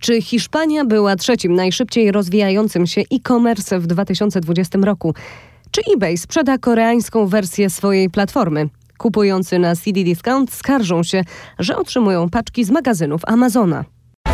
Czy Hiszpania była trzecim najszybciej rozwijającym się e-commerce w 2020 roku? Czy eBay sprzeda koreańską wersję swojej platformy? Kupujący na CD Discount skarżą się, że otrzymują paczki z magazynów Amazona.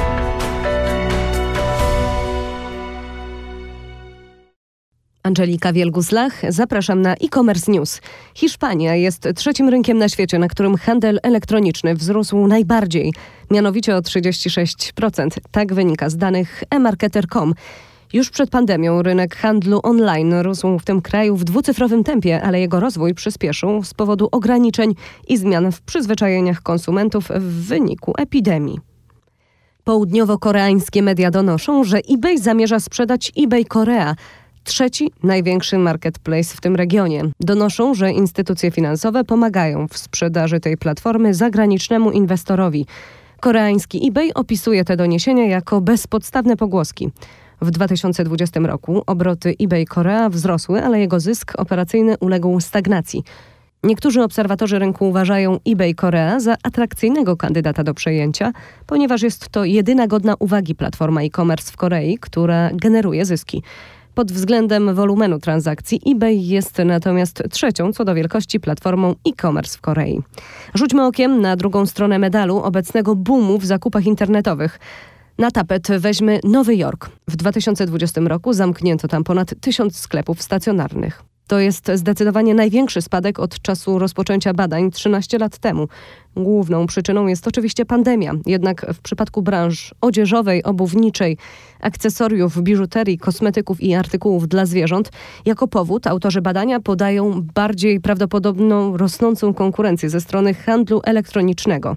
Angelika Wielgus-Lach, zapraszam na e-commerce news. Hiszpania jest trzecim rynkiem na świecie, na którym handel elektroniczny wzrósł najbardziej, mianowicie o 36%. Tak wynika z danych eMarketer.com. Już przed pandemią rynek handlu online rósł w tym kraju w dwucyfrowym tempie, ale jego rozwój przyspieszył z powodu ograniczeń i zmian w przyzwyczajeniach konsumentów w wyniku epidemii. Południowo-koreańskie media donoszą, że eBay zamierza sprzedać eBay Korea, trzeci największy marketplace w tym regionie. Donoszą, że instytucje finansowe pomagają w sprzedaży tej platformy zagranicznemu inwestorowi. Koreański eBay opisuje te doniesienia jako bezpodstawne pogłoski. W 2020 roku obroty eBay Korea wzrosły, ale jego zysk operacyjny uległ stagnacji. Niektórzy obserwatorzy rynku uważają eBay Korea za atrakcyjnego kandydata do przejęcia, ponieważ jest to jedyna godna uwagi platforma e-commerce w Korei, która generuje zyski. Pod względem wolumenu transakcji eBay jest natomiast trzecią co do wielkości platformą e-commerce w Korei. Rzućmy okiem na drugą stronę medalu obecnego boomu w zakupach internetowych. Na tapet weźmy Nowy Jork. W 2020 roku zamknięto tam ponad 1000 sklepów stacjonarnych. To jest zdecydowanie największy spadek od czasu rozpoczęcia badań 13 lat temu. Główną przyczyną jest oczywiście pandemia. Jednak w przypadku branż odzieżowej, obuwniczej, akcesoriów, biżuterii, kosmetyków i artykułów dla zwierząt, jako powód autorzy badania podają bardziej prawdopodobną rosnącą konkurencję ze strony handlu elektronicznego.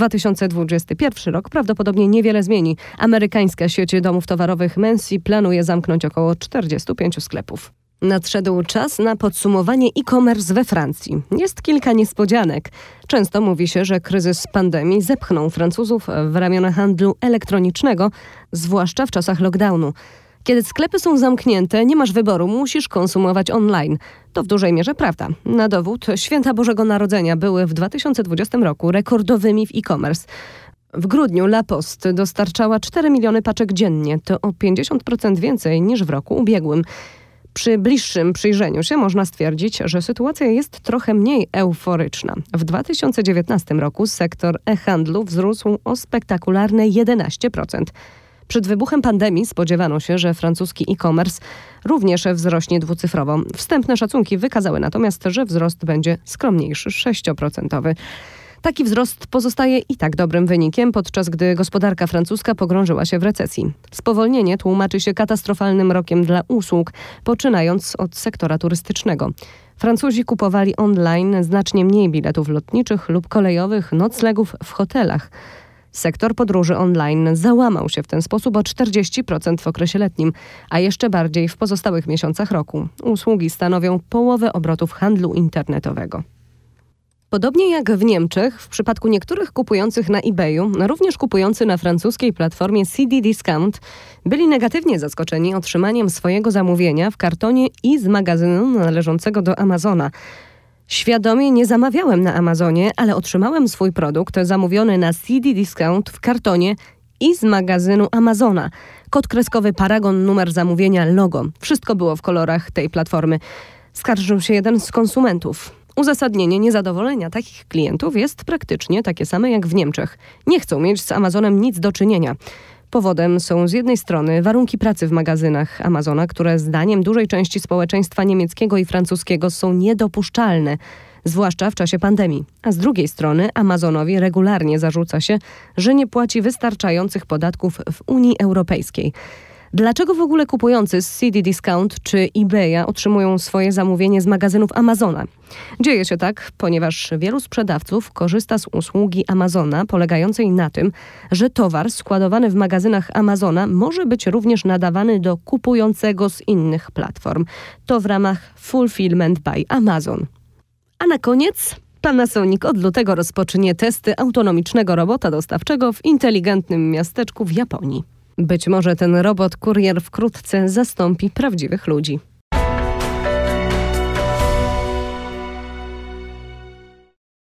2021 rok prawdopodobnie niewiele zmieni. Amerykańska sieć domów towarowych Mensi planuje zamknąć około 45 sklepów. Nadszedł czas na podsumowanie e-commerce we Francji. Jest kilka niespodzianek. Często mówi się, że kryzys pandemii zepchnął Francuzów w ramiona handlu elektronicznego, zwłaszcza w czasach lockdownu. Kiedy sklepy są zamknięte, nie masz wyboru, musisz konsumować online. To w dużej mierze prawda. Na dowód święta Bożego Narodzenia były w 2020 roku rekordowymi w e-commerce. W grudniu La Poste dostarczała 4 miliony paczek dziennie. To o 50% więcej niż w roku ubiegłym. Przy bliższym przyjrzeniu się można stwierdzić, że sytuacja jest trochę mniej euforyczna. W 2019 roku sektor e-handlu wzrósł o spektakularne 11%. Przed wybuchem pandemii spodziewano się, że francuski e-commerce również wzrośnie dwucyfrowo. Wstępne szacunki wykazały natomiast, że wzrost będzie skromniejszy, 6%. Taki wzrost pozostaje i tak dobrym wynikiem, podczas gdy gospodarka francuska pogrążyła się w recesji. Spowolnienie tłumaczy się katastrofalnym rokiem dla usług, poczynając od sektora turystycznego. Francuzi kupowali online znacznie mniej biletów lotniczych lub kolejowych, noclegów w hotelach. Sektor podróży online załamał się w ten sposób o 40% w okresie letnim, a jeszcze bardziej w pozostałych miesiącach roku. Usługi stanowią połowę obrotów handlu internetowego. Podobnie jak w Niemczech, w przypadku niektórych kupujących na eBayu, również kupujący na francuskiej platformie CD Discount byli negatywnie zaskoczeni otrzymaniem swojego zamówienia w kartonie i z magazynu należącego do Amazona. Świadomie nie zamawiałem na Amazonie, ale otrzymałem swój produkt zamówiony na CD Discount w kartonie i z magazynu Amazona. Kod kreskowy, paragon, numer zamówienia, logo. Wszystko było w kolorach tej platformy. Skarżył się jeden z konsumentów. Uzasadnienie niezadowolenia takich klientów jest praktycznie takie same jak w Niemczech. Nie chcą mieć z Amazonem nic do czynienia. Powodem są z jednej strony warunki pracy w magazynach Amazona, które zdaniem dużej części społeczeństwa niemieckiego i francuskiego są niedopuszczalne, zwłaszcza w czasie pandemii. A z drugiej strony Amazonowi regularnie zarzuca się, że nie płaci wystarczających podatków w Unii Europejskiej. Dlaczego w ogóle kupujący z CD Discount czy eBaya otrzymują swoje zamówienie z magazynów Amazona? Dzieje się tak, ponieważ wielu sprzedawców korzysta z usługi Amazona polegającej na tym, że towar składowany w magazynach Amazona może być również nadawany do kupującego z innych platform. To w ramach Fulfillment by Amazon. A na koniec Panasonic od lutego rozpocznie testy autonomicznego robota dostawczego w inteligentnym miasteczku w Japonii. Być może ten robot kurier wkrótce zastąpi prawdziwych ludzi.